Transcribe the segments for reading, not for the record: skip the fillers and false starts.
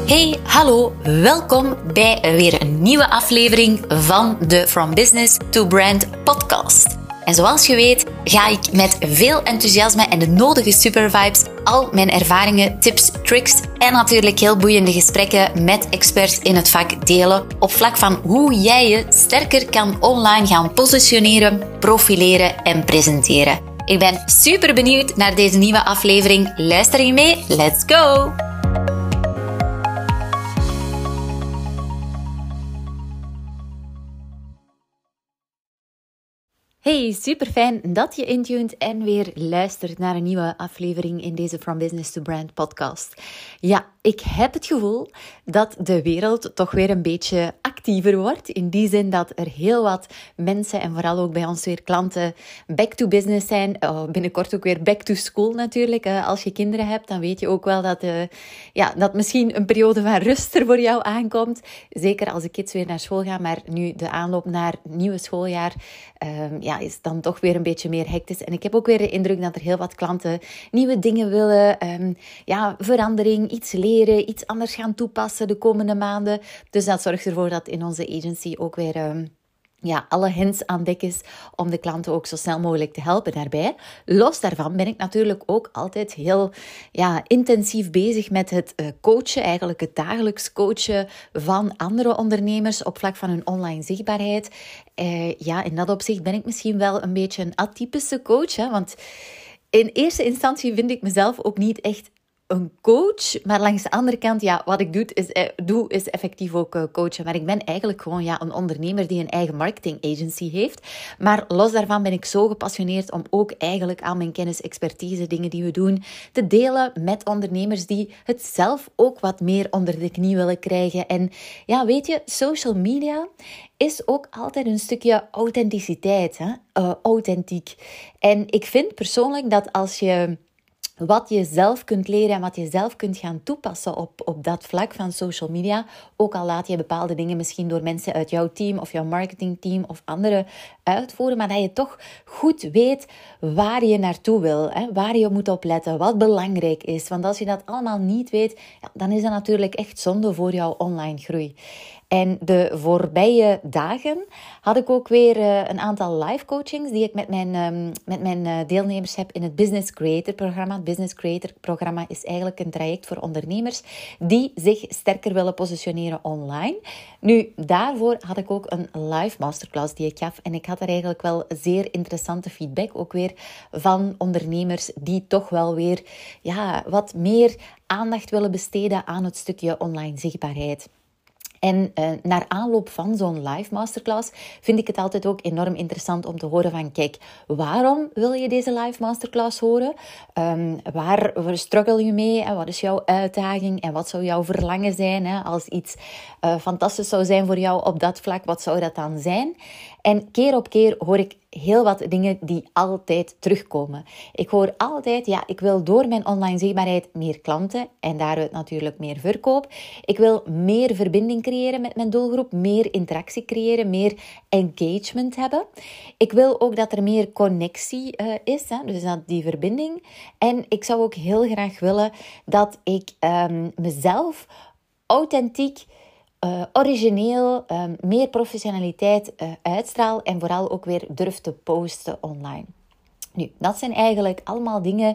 Hey, hallo, welkom bij weer een nieuwe aflevering van de From Business to Brand podcast. En zoals je weet ga ik met veel enthousiasme en de nodige supervibes al mijn ervaringen, tips, tricks en natuurlijk heel boeiende gesprekken met experts in het vak delen op vlak van hoe jij je sterker kan online gaan positioneren, profileren en presenteren. Ik ben super benieuwd naar deze nieuwe aflevering. Luister je mee? Let's go! Hey, super fijn dat je intuned en weer luistert naar een nieuwe aflevering in deze From Business to Brand podcast. Ja, ik heb het gevoel dat de wereld toch weer een beetje actiever wordt. In die zin dat er heel wat mensen en vooral ook bij ons weer klanten back to business zijn. Binnenkort ook weer back to school natuurlijk. Als je kinderen hebt, dan weet je ook wel dat misschien een periode van rust er voor jou aankomt. Zeker als de kids weer naar school gaan, maar nu de aanloop naar het nieuwe schooljaar is dan toch weer een beetje meer hectisch. En ik heb ook weer de indruk dat er heel wat klanten nieuwe dingen willen. Verandering, iets leren, iets anders gaan toepassen de komende maanden. Dus dat zorgt ervoor dat in onze agency ook weer alle hands aan dek is om de klanten ook zo snel mogelijk te helpen daarbij. Los daarvan ben ik natuurlijk ook altijd heel intensief bezig met het coachen, eigenlijk het dagelijks coachen van andere ondernemers op vlak van hun online zichtbaarheid. In dat opzicht ben ik misschien wel een beetje een atypische coach, want in eerste instantie vind ik mezelf ook niet echt een coach, maar langs de andere kant, wat ik doe is effectief ook coachen. Maar ik ben eigenlijk gewoon een ondernemer die een eigen marketing agency heeft. Maar los daarvan ben ik zo gepassioneerd om ook eigenlijk aan mijn kennis, expertise, dingen die we doen, te delen met ondernemers die het zelf ook wat meer onder de knie willen krijgen. En weet je, social media is ook altijd een stukje authenticiteit, authentiek. En ik vind persoonlijk dat als je wat je zelf kunt leren en wat je zelf kunt gaan toepassen op dat vlak van social media. Ook al laat je bepaalde dingen misschien door mensen uit jouw team of jouw marketingteam of anderen uitvoeren. Maar dat je toch goed weet waar je naartoe wil. Waar je moet op letten. Wat belangrijk is. Want als je dat allemaal niet weet, dan is dat natuurlijk echt zonde voor jouw online groei. En de voorbije dagen had ik ook weer een aantal live coachings die ik met mijn deelnemers heb in het Business Creator programma. Het Business Creator programma is eigenlijk een traject voor ondernemers die zich sterker willen positioneren online. Nu, daarvoor had ik ook een live masterclass die ik gaf. En ik had er eigenlijk wel zeer interessante feedback ook weer van ondernemers die toch wel weer wat meer aandacht willen besteden aan het stukje online zichtbaarheid. En naar aanloop van zo'n live masterclass vind ik het altijd ook enorm interessant om te horen van, kijk, waarom wil je deze live masterclass horen? Waar struggle je mee? En wat is jouw uitdaging? En wat zou jouw verlangen zijn? Als iets fantastisch zou zijn voor jou op dat vlak, wat zou dat dan zijn? En keer op keer hoor ik heel wat dingen die altijd terugkomen. Ik hoor altijd, ik wil door mijn online zichtbaarheid meer klanten en daaruit natuurlijk meer verkoop. Ik wil meer verbinding creëren met mijn doelgroep, meer interactie creëren, meer engagement hebben. Ik wil ook dat er meer connectie is, dus dat die verbinding. En ik zou ook heel graag willen dat ik mezelf authentiek, origineel, meer professionaliteit uitstraal en vooral ook weer durf te posten online. Nu, dat zijn eigenlijk allemaal dingen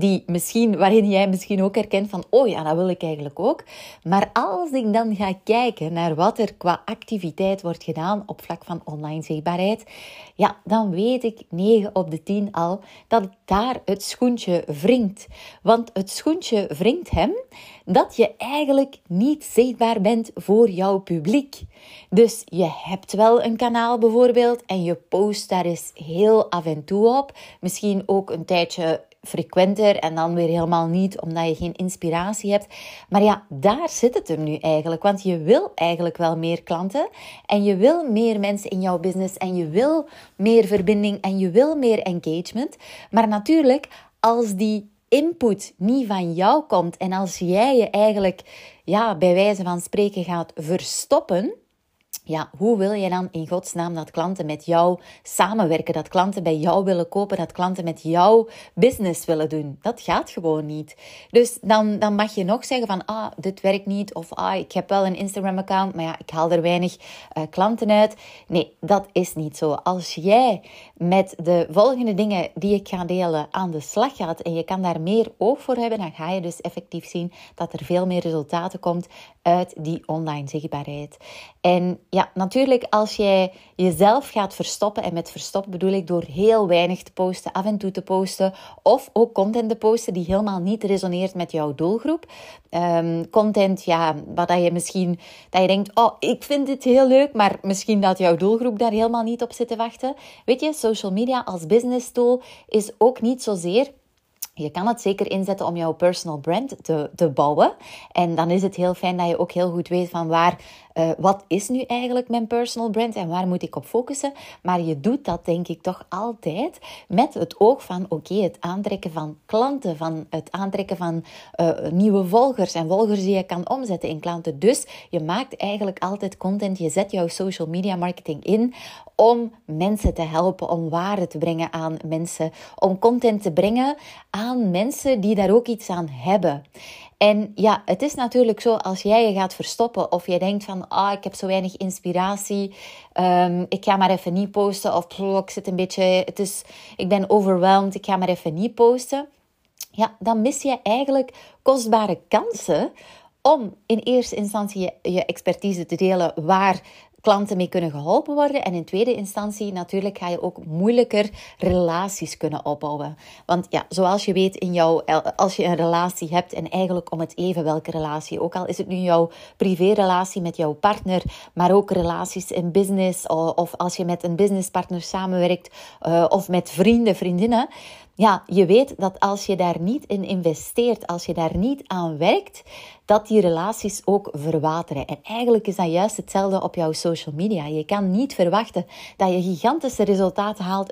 waarin jij misschien ook herkent van, dat wil ik eigenlijk ook. Maar als ik dan ga kijken naar wat er qua activiteit wordt gedaan op vlak van online zichtbaarheid, dan weet ik 9 op de 10 al dat daar het schoentje wringt. Want het schoentje wringt hem dat je eigenlijk niet zichtbaar bent voor jouw publiek. Dus je hebt wel een kanaal bijvoorbeeld en je post daar eens heel af en toe op. Misschien ook een tijdje frequenter en dan weer helemaal niet, omdat je geen inspiratie hebt. Maar daar zit het hem nu eigenlijk. Want je wil eigenlijk wel meer klanten en je wil meer mensen in jouw business en je wil meer verbinding en je wil meer engagement. Maar natuurlijk, als die input niet van jou komt en als jij je eigenlijk, bij wijze van spreken gaat verstoppen, Ja, hoe wil je dan in godsnaam dat klanten met jou samenwerken, dat klanten bij jou willen kopen, dat klanten met jou business willen doen? Dat gaat gewoon niet. Dus dan mag je nog zeggen van, dit werkt niet, of ik heb wel een Instagram-account, maar ja, ik haal er weinig klanten uit. Nee, dat is niet zo. Als jij met de volgende dingen die ik ga delen aan de slag gaat en je kan daar meer oog voor hebben, dan ga je dus effectief zien dat er veel meer resultaten komt uit die online zichtbaarheid. En ja, natuurlijk als jij jezelf gaat verstoppen, en met verstoppen bedoel ik door heel weinig te posten, af en toe te posten, of ook content te posten die helemaal niet resoneert met jouw doelgroep. Content, ja, wat dat je misschien, dat je denkt, ik vind dit heel leuk, maar misschien dat jouw doelgroep daar helemaal niet op zit te wachten. Weet je, social media als business tool is ook niet zozeer. Je kan het zeker inzetten om jouw personal brand te bouwen. En dan is het heel fijn dat je ook heel goed weet van wat is nu eigenlijk mijn personal brand en waar moet ik op focussen. Maar je doet dat denk ik toch altijd met het oog van het aantrekken van klanten, van het aantrekken van nieuwe volgers en volgers die je kan omzetten in klanten. Dus je maakt eigenlijk altijd content, je zet jouw social media marketing in om mensen te helpen, om waarde te brengen aan mensen, om content te brengen aan mensen die daar ook iets aan hebben. En ja, het is natuurlijk zo, als jij je gaat verstoppen of je denkt van, ik heb zo weinig inspiratie, ik ga maar even niet posten, of ik zit een beetje, ik ben overwhelmed, ik ga maar even niet posten. Ja, dan mis je eigenlijk kostbare kansen om in eerste instantie je expertise te delen waar klanten mee kunnen geholpen worden. En in tweede instantie natuurlijk ga je ook moeilijker relaties kunnen opbouwen. Want ja, zoals je weet, als je een relatie hebt, en eigenlijk om het even welke relatie, ook al is het nu jouw privérelatie met jouw partner, maar ook relaties in business, of als je met een businesspartner samenwerkt, of met vrienden, vriendinnen. Ja, je weet dat als je daar niet in investeert, als je daar niet aan werkt, dat die relaties ook verwateren. En eigenlijk is dat juist hetzelfde op jouw social media. Je kan niet verwachten dat je gigantische resultaten haalt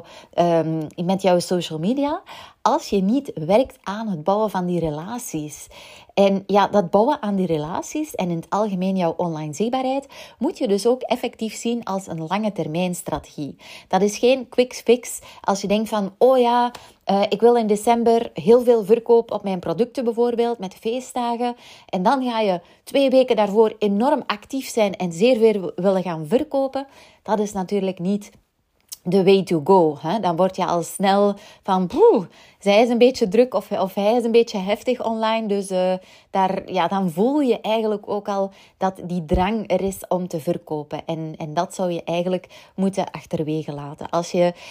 met jouw social media als je niet werkt aan het bouwen van die relaties. En ja, dat bouwen aan die relaties en in het algemeen jouw online zichtbaarheid moet je dus ook effectief zien als een lange termijn strategie. Dat is geen quick fix als je denkt van, ik wil in december heel veel verkoop op mijn producten bijvoorbeeld, met feestdagen. En dan ga je 2 weken daarvoor enorm actief zijn en zeer veel willen gaan verkopen. Dat is natuurlijk niet the way to go. Hè? Dan word je al snel van, zij is een beetje druk of hij is een beetje heftig online. Dus dan voel je eigenlijk ook al dat die drang er is om te verkopen. En dat zou je eigenlijk moeten achterwege laten. Als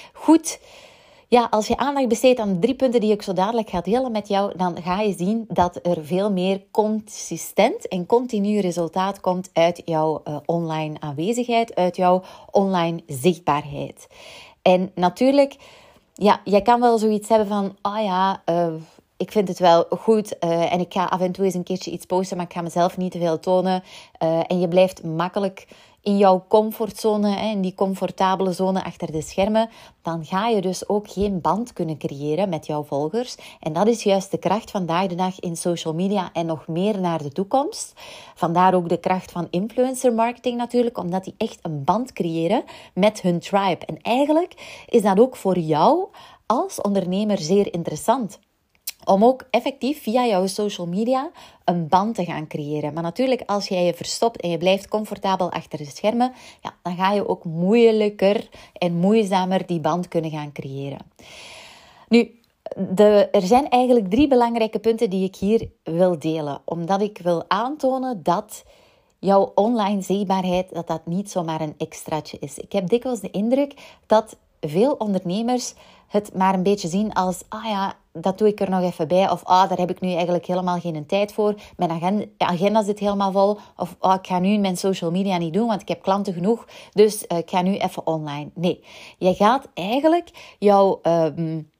je aandacht besteedt aan de 3 punten die ik zo dadelijk ga delen met jou, dan ga je zien dat er veel meer consistent en continu resultaat komt uit jouw online aanwezigheid, uit jouw online zichtbaarheid. En natuurlijk, ja, jij kan wel zoiets hebben van, ik vind het wel goed en ik ga af en toe eens een keertje iets posten, maar ik ga mezelf niet te veel tonen. En je blijft makkelijk in jouw comfortzone, in die comfortabele zone achter de schermen, dan ga je dus ook geen band kunnen creëren met jouw volgers. En dat is juist de kracht vandaag de dag in social media en nog meer naar de toekomst. Vandaar ook de kracht van influencer marketing natuurlijk, omdat die echt een band creëren met hun tribe. En eigenlijk is dat ook voor jou als ondernemer zeer interessant. Om ook effectief via jouw social media een band te gaan creëren. Maar natuurlijk, als jij je verstopt en je blijft comfortabel achter de schermen, ja, dan ga je ook moeilijker en moeizamer die band kunnen gaan creëren. Nu, er zijn eigenlijk 3 belangrijke punten die ik hier wil delen. Omdat ik wil aantonen dat jouw online zichtbaarheid, dat niet zomaar een extraatje is. Ik heb dikwijls de indruk dat veel ondernemers het maar een beetje zien als, dat doe ik er nog even bij. Of, daar heb ik nu eigenlijk helemaal geen tijd voor. Mijn agenda zit helemaal vol. Of, ik ga nu mijn social media niet doen, want ik heb klanten genoeg. Dus ik ga nu even online. Nee, je gaat eigenlijk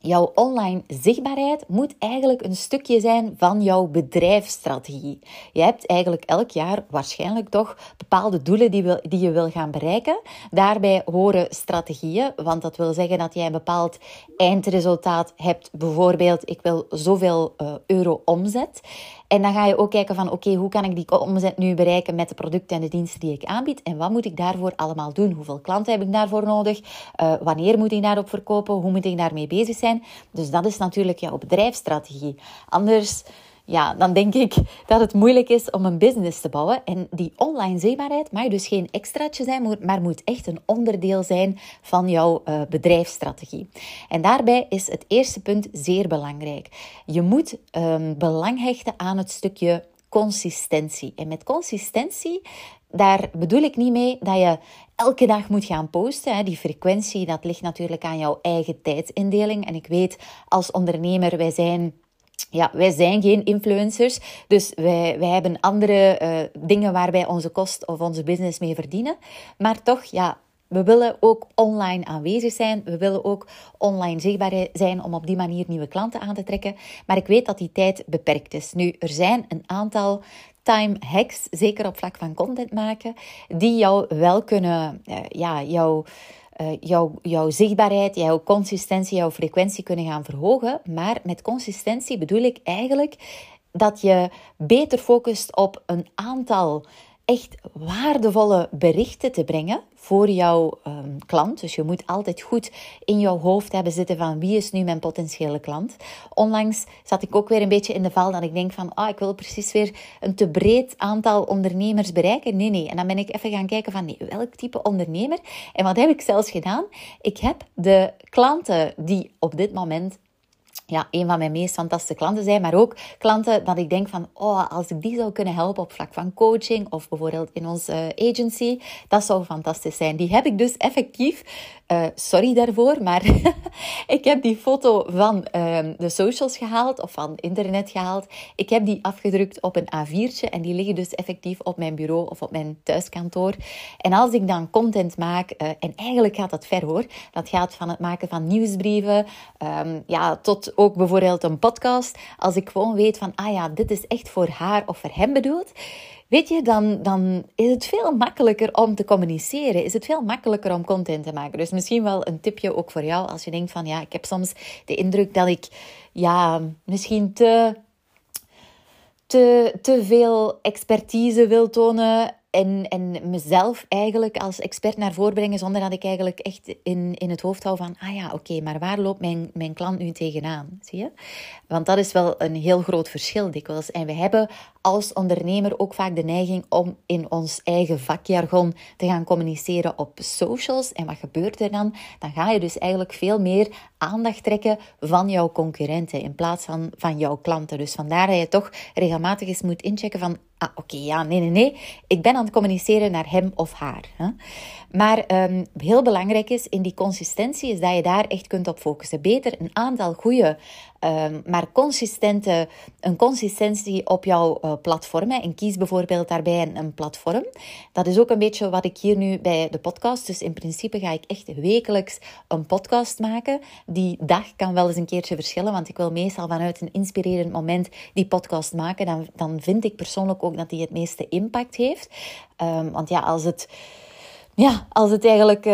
Jouw online zichtbaarheid moet eigenlijk een stukje zijn van jouw bedrijfsstrategie. Je hebt eigenlijk elk jaar waarschijnlijk toch bepaalde doelen die je wil gaan bereiken. Daarbij horen strategieën, want dat wil zeggen dat jij een bepaald eindresultaat hebt. Bijvoorbeeld, ik wil zoveel euro omzet. En dan ga je ook kijken van, oké, hoe kan ik die omzet nu bereiken met de producten en de diensten die ik aanbied? En wat moet ik daarvoor allemaal doen? Hoeveel klanten heb ik daarvoor nodig? Wanneer moet ik daarop verkopen? Hoe moet ik daarmee bezig zijn? Dus dat is natuurlijk jouw bedrijfsstrategie. Anders, ja, dan denk ik dat het moeilijk is om een business te bouwen. En die online zichtbaarheid mag dus geen extraatje zijn, maar moet echt een onderdeel zijn van jouw bedrijfsstrategie. En daarbij is het eerste punt zeer belangrijk. Je moet belang hechten aan het stukje consistentie. En met consistentie, daar bedoel ik niet mee dat je elke dag moet gaan posten. Die frequentie, dat ligt natuurlijk aan jouw eigen tijdsindeling. En ik weet, als ondernemer, wij zijn geen influencers, dus wij hebben andere dingen waar wij onze kost of onze business mee verdienen. Maar toch, ja, we willen ook online aanwezig zijn. We willen ook online zichtbaar zijn om op die manier nieuwe klanten aan te trekken. Maar ik weet dat die tijd beperkt is. Nu, er zijn een aantal time hacks, zeker op vlak van content maken, die jou wel kunnen, jouw zichtbaarheid, jouw consistentie, jouw frequentie kunnen gaan verhogen. Maar met consistentie bedoel ik eigenlijk dat je beter focust op een aantal echt waardevolle berichten te brengen voor jouw klant. Dus je moet altijd goed in jouw hoofd hebben zitten van wie is nu mijn potentiële klant. Onlangs zat ik ook weer een beetje in de val dat ik denk van ik wil precies weer een te breed aantal ondernemers bereiken. Nee. En dan ben ik even gaan kijken van welk type ondernemer. En wat heb ik zelfs gedaan? Ik heb de klanten die op dit moment een van mijn meest fantastische klanten zijn, maar ook klanten dat ik denk van, als ik die zou kunnen helpen op vlak van coaching of bijvoorbeeld in onze agency, dat zou fantastisch zijn. Die heb ik dus effectief, sorry daarvoor, maar ik heb die foto van de socials gehaald of van internet gehaald. Ik heb die afgedrukt op een A4'tje en die liggen dus effectief op mijn bureau of op mijn thuiskantoor. En als ik dan content maak, en eigenlijk gaat dat ver hoor, dat gaat van het maken van nieuwsbrieven, tot ook bijvoorbeeld een podcast. Als ik gewoon weet van, dit is echt voor haar of voor hem bedoeld. Weet je, dan is het veel makkelijker om te communiceren. Is het veel makkelijker om content te maken. Dus misschien wel een tipje ook voor jou. Als je denkt van, ik heb soms de indruk dat ik, misschien te veel expertise wil tonen. En mezelf eigenlijk als expert naar voren brengen, zonder dat ik eigenlijk echt in het hoofd hou van, oké, maar waar loopt mijn klant nu tegenaan? Zie je? Want dat is wel een heel groot verschil dikwijls. En we hebben als ondernemer ook vaak de neiging om in ons eigen vakjargon te gaan communiceren op socials. En wat gebeurt er dan? Dan ga je dus eigenlijk veel meer aandacht trekken van jouw concurrenten in plaats van jouw klanten. Dus vandaar dat je toch regelmatig eens moet inchecken van, nee. Ik ben aan het communiceren naar hem of haar. Hè? Maar heel belangrijk is in die consistentie is dat je daar echt kunt op focussen. Beter een aantal goede, maar een consistentie op jouw platform. En kies bijvoorbeeld daarbij een platform. Dat is ook een beetje wat ik hier nu bij de podcast. Dus in principe ga ik echt wekelijks een podcast maken. Die dag kan wel eens een keertje verschillen, want ik wil meestal vanuit een inspirerend moment die podcast maken. Dan vind ik persoonlijk ook dat die het meeste impact heeft. Want als het eigenlijk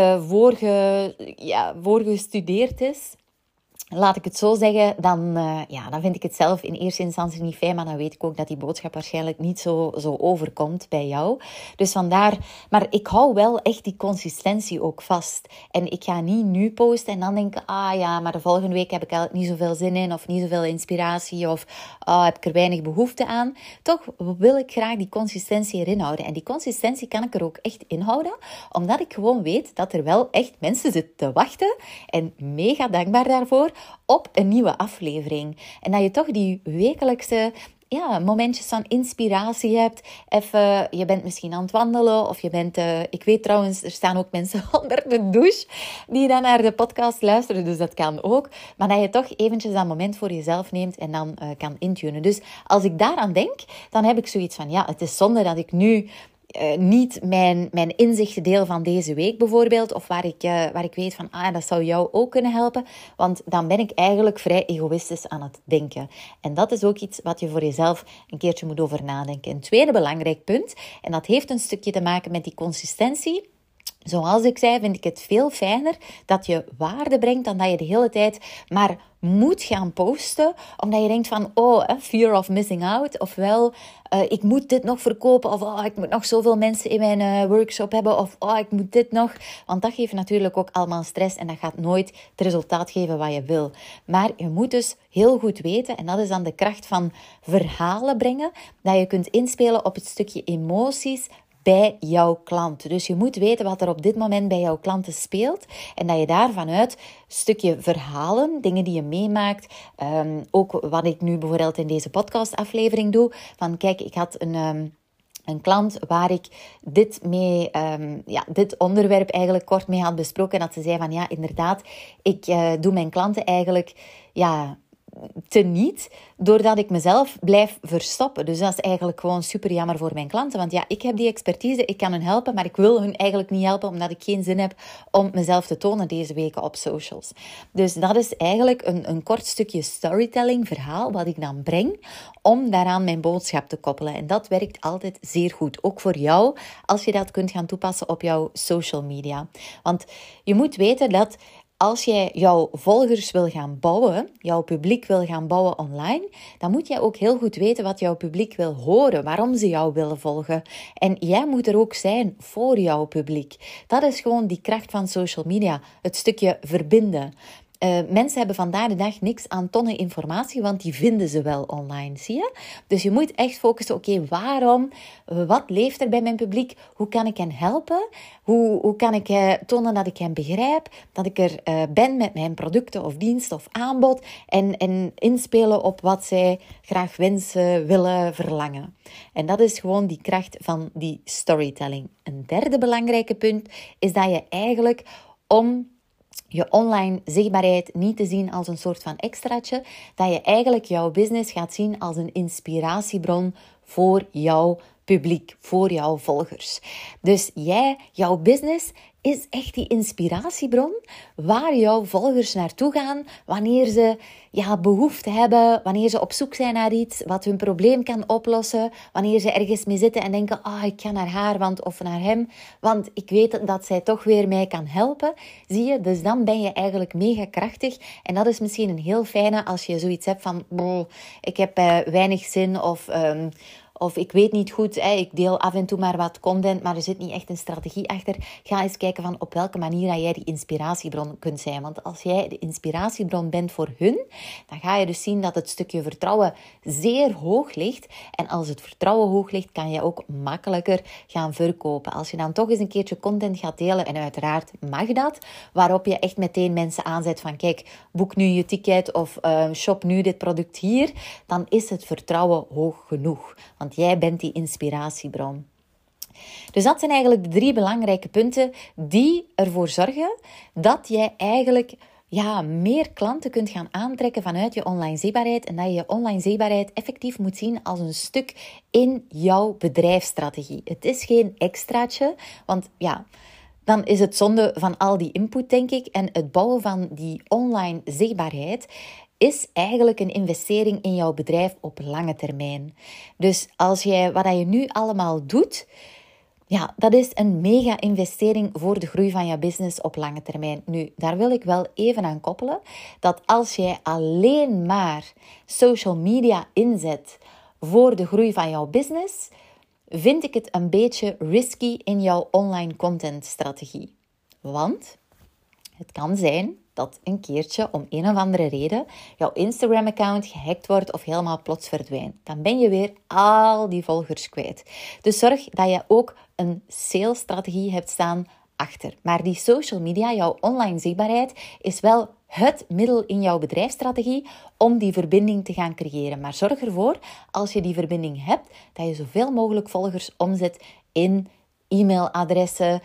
voorgestudeerd is, laat ik het zo zeggen, dan vind ik het zelf in eerste instantie niet fijn, maar dan weet ik ook dat die boodschap waarschijnlijk niet zo overkomt bij jou. Dus vandaar, maar ik hou wel echt die consistentie ook vast. En ik ga niet nu posten en dan denken, maar de volgende week heb ik eigenlijk niet zoveel zin in, of niet zoveel inspiratie, of heb ik er weinig behoefte aan. Toch wil ik graag die consistentie erin houden. En die consistentie kan ik er ook echt inhouden, omdat ik gewoon weet dat er wel echt mensen zitten te wachten, en mega dankbaar daarvoor, op een nieuwe aflevering. En dat je toch die wekelijkse momentjes van inspiratie hebt. Even, je bent misschien aan het wandelen, of je bent, ik weet trouwens, er staan ook mensen onder de douche die dan naar de podcast luisteren, dus dat kan ook. Maar dat je toch eventjes dat moment voor jezelf neemt en dan kan intunen. Dus als ik daaraan denk, dan heb ik zoiets van, het is zonde dat ik nu niet mijn inzichten deel van deze week bijvoorbeeld, of waar ik weet van, dat zou jou ook kunnen helpen, want dan ben ik eigenlijk vrij egoïstisch aan het denken. En dat is ook iets wat je voor jezelf een keertje moet over nadenken. Een tweede belangrijk punt, en dat heeft een stukje te maken met die consistentie. Zoals ik zei, vind ik het veel fijner dat je waarde brengt dan dat je de hele tijd maar moet gaan posten, omdat je denkt van, fear of missing out, ofwel, ik moet dit nog verkopen, of ik moet nog zoveel mensen in mijn workshop hebben, of ik moet dit nog, want dat geeft natuurlijk ook allemaal stress en dat gaat nooit het resultaat geven wat je wil. Maar je moet dus heel goed weten, en dat is dan de kracht van verhalen brengen, dat je kunt inspelen op het stukje emoties bij jouw klant. Dus je moet weten wat er op dit moment bij jouw klanten speelt en dat je daar vanuit een stukje verhalen, dingen die je meemaakt, ook wat ik nu bijvoorbeeld in deze podcastaflevering doe, van kijk, ik had een klant waar ik dit onderwerp eigenlijk kort mee had besproken en dat ze zei van ja, inderdaad, ik doe mijn klanten eigenlijk teniet, doordat ik mezelf blijf verstoppen. Dus dat is eigenlijk gewoon super jammer voor mijn klanten. Want ja, ik heb die expertise, ik kan hun helpen, maar ik wil hun eigenlijk niet helpen, omdat ik geen zin heb om mezelf te tonen deze weken op socials. Dus dat is eigenlijk een kort stukje storytelling, verhaal, wat ik dan breng, om daaraan mijn boodschap te koppelen. En dat werkt altijd zeer goed. Ook voor jou, als je dat kunt gaan toepassen op jouw social media. Want je moet weten dat als jij jouw volgers wil gaan bouwen, jouw publiek wil gaan bouwen online, dan moet jij ook heel goed weten wat jouw publiek wil horen, waarom ze jou willen volgen. En jij moet er ook zijn voor jouw publiek. Dat is gewoon die kracht van social media, het stukje verbinden. Mensen hebben vandaag de dag niks aan tonnen informatie, want die vinden ze wel online, zie je? Dus je moet echt focussen, oké, waarom? Wat leeft er bij mijn publiek? Hoe kan ik hen helpen? Hoe kan ik tonen dat ik hen begrijp? Dat ik er ben met mijn producten of diensten of aanbod en inspelen op wat zij graag wensen, willen, verlangen. En dat is gewoon die kracht van die storytelling. Een derde belangrijke punt is dat je eigenlijk om je online zichtbaarheid niet te zien als een soort van extraatje, dat je eigenlijk jouw business gaat zien als een inspiratiebron voor jouw publiek, voor jouw volgers. Dus jouw business is echt die inspiratiebron waar jouw volgers naartoe gaan wanneer ze behoefte hebben, wanneer ze op zoek zijn naar iets wat hun probleem kan oplossen, wanneer ze ergens mee zitten en denken, ik ga naar haar of naar hem, want ik weet dat zij toch weer mij kan helpen. Zie je, dus dan ben je eigenlijk mega krachtig en dat is misschien een heel fijne als je zoiets hebt van, ik heb weinig zin of ik weet niet goed, ik deel af en toe maar wat content, maar er zit niet echt een strategie achter. Ga eens kijken van op welke manier dat jij die inspiratiebron kunt zijn. Want als jij de inspiratiebron bent voor hun, dan ga je dus zien dat het stukje vertrouwen zeer hoog ligt. En als het vertrouwen hoog ligt, kan je ook makkelijker gaan verkopen. Als je dan toch eens een keertje content gaat delen, en uiteraard mag dat, waarop je echt meteen mensen aanzet van kijk, boek nu je ticket of shop nu dit product hier, dan is het vertrouwen hoog genoeg. Want jij bent die inspiratiebron. Dus dat zijn eigenlijk de 3 belangrijke punten die ervoor zorgen dat jij eigenlijk meer klanten kunt gaan aantrekken vanuit je online zichtbaarheid en dat je je online zichtbaarheid effectief moet zien als een stuk in jouw bedrijfsstrategie. Het is geen extraatje, want dan is het zonde van al die input, denk ik. En het bouwen van die online zichtbaarheid is eigenlijk een investering in jouw bedrijf op lange termijn. Dus wat je nu allemaal doet, dat is een mega investering voor de groei van je business op lange termijn. Nu, daar wil ik wel even aan koppelen dat als jij alleen maar social media inzet voor de groei van jouw business, vind ik het een beetje risky in jouw online contentstrategie. Want het kan zijn dat een keertje om een of andere reden jouw Instagram-account gehackt wordt of helemaal plots verdwijnt. Dan ben je weer al die volgers kwijt. Dus zorg dat je ook een salesstrategie hebt staan achter. Maar die social media, jouw online zichtbaarheid, is wel het middel in jouw bedrijfsstrategie om die verbinding te gaan creëren. Maar zorg ervoor, als je die verbinding hebt, dat je zoveel mogelijk volgers omzet in e-mailadressen,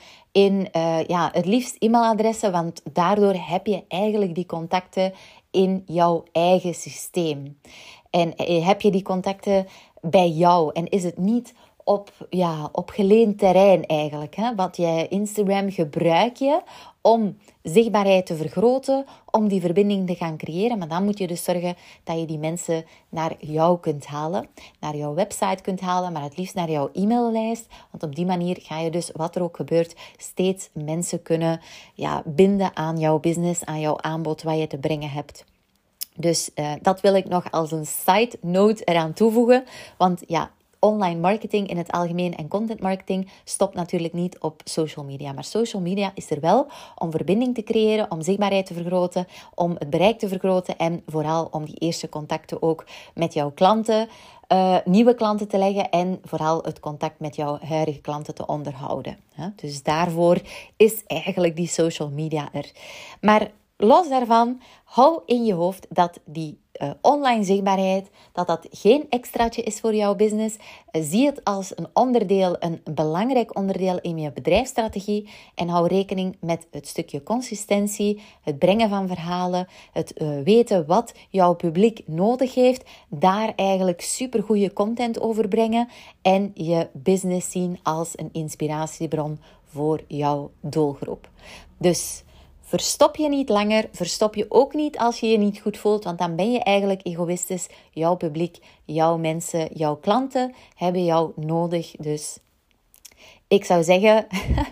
het liefst e-mailadressen, want daardoor heb je eigenlijk die contacten in jouw eigen systeem. En heb je die contacten bij jou en is het niet op geleend terrein eigenlijk. Hè? Want Instagram gebruik je om zichtbaarheid te vergroten, om die verbinding te gaan creëren. Maar dan moet je dus zorgen dat je die mensen naar jou kunt halen, naar jouw website kunt halen, maar het liefst naar jouw e-maillijst. Want op die manier ga je dus, wat er ook gebeurt, steeds mensen kunnen binden aan jouw business, aan jouw aanbod wat je te brengen hebt. Dus dat wil ik nog als een side note eraan toevoegen. Want online marketing in het algemeen en content marketing stopt natuurlijk niet op social media. Maar social media is er wel om verbinding te creëren, om zichtbaarheid te vergroten, om het bereik te vergroten en vooral om die eerste contacten ook met jouw klanten, nieuwe klanten te leggen en vooral het contact met jouw huidige klanten te onderhouden. Dus daarvoor is eigenlijk die social media er. Maar los daarvan, hou in je hoofd dat die online zichtbaarheid, dat geen extraatje is voor jouw business. Zie het als een belangrijk onderdeel in je bedrijfsstrategie en hou rekening met het stukje consistentie, het brengen van verhalen, het weten wat jouw publiek nodig heeft, daar eigenlijk supergoeie content over brengen en je business zien als een inspiratiebron voor jouw doelgroep. Dus verstop je niet langer, verstop je ook niet als je je niet goed voelt, want dan ben je eigenlijk egoïstisch. Jouw publiek, jouw mensen, jouw klanten hebben jou nodig. Dus ik zou zeggen,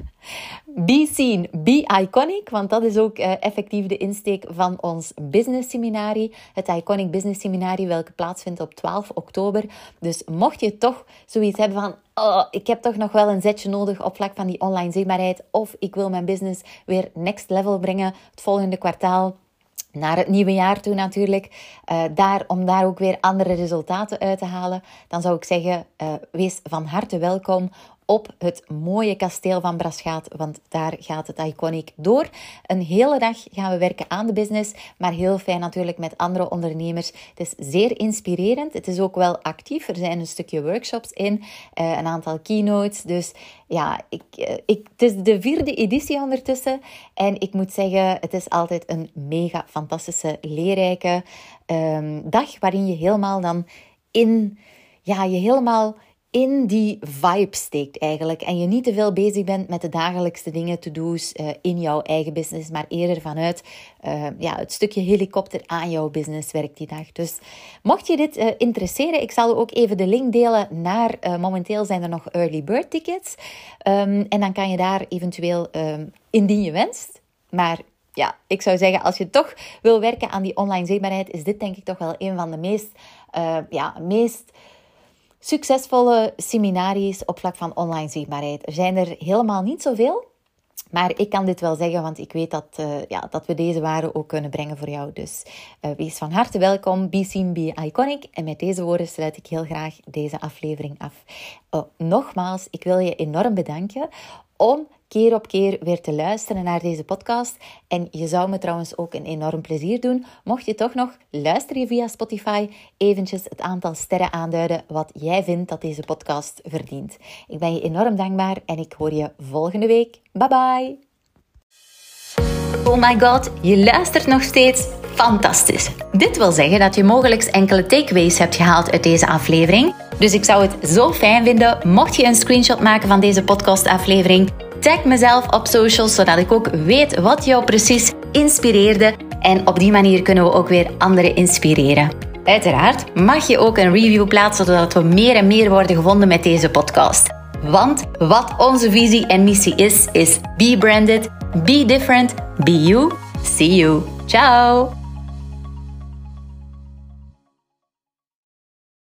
be seen, be iconic, want dat is ook effectief de insteek van ons business seminarie. Het Iconic Business Seminarie, welke plaatsvindt op 12 oktober. Dus mocht je toch zoiets hebben van, ik heb toch nog wel een zetje nodig op vlak van die online zichtbaarheid, of ik wil mijn business weer next level brengen het volgende kwartaal, naar het nieuwe jaar toe natuurlijk, om daar ook weer andere resultaten uit te halen, dan zou ik zeggen, wees van harte welkom op het mooie kasteel van Braschaat, want daar gaat het Iconic door. Een hele dag gaan we werken aan de business, maar heel fijn natuurlijk met andere ondernemers. Het is zeer inspirerend, het is ook wel actief. Er zijn een stukje workshops in, een aantal keynotes. Dus het is de 4e editie ondertussen en ik moet zeggen, het is altijd een mega fantastische, leerrijke dag, waarin je helemaal dan in die vibe steekt eigenlijk. En je niet te veel bezig bent met de dagelijkse dingen, to-do's in jouw eigen business, maar eerder vanuit het stukje helikopter aan jouw business werkt die dag. Dus mocht je dit interesseren, ik zal ook even de link delen naar, momenteel zijn er nog early bird tickets. En dan kan je daar eventueel, indien je wenst, maar ik zou zeggen, als je toch wil werken aan die online zichtbaarheid, is dit denk ik toch wel een van de meest succesvolle seminaries op vlak van online zichtbaarheid. Er zijn er helemaal niet zoveel, maar ik kan dit wel zeggen, want ik weet dat we deze waarde ook kunnen brengen voor jou. Dus wees van harte welkom, be seen, be iconic. En met deze woorden sluit ik heel graag deze aflevering af. Nogmaals, ik wil je enorm bedanken om keer op keer weer te luisteren naar deze podcast. En je zou me trouwens ook een enorm plezier doen, mocht je toch nog, luister je via Spotify, eventjes het aantal sterren aanduiden wat jij vindt dat deze podcast verdient. Ik ben je enorm dankbaar en ik hoor je volgende week. Bye bye! Oh my god, je luistert nog steeds? Fantastisch! Dit wil zeggen dat je mogelijk enkele takeaways hebt gehaald uit deze aflevering. Dus ik zou het zo fijn vinden mocht je een screenshot maken van deze podcastaflevering. Tag mezelf op socials, zodat ik ook weet wat jou precies inspireerde. En op die manier kunnen we ook weer anderen inspireren. Uiteraard mag je ook een review plaatsen, zodat we meer en meer worden gevonden met deze podcast. Want wat onze visie en missie is be branded, be different, be you. See you. Ciao!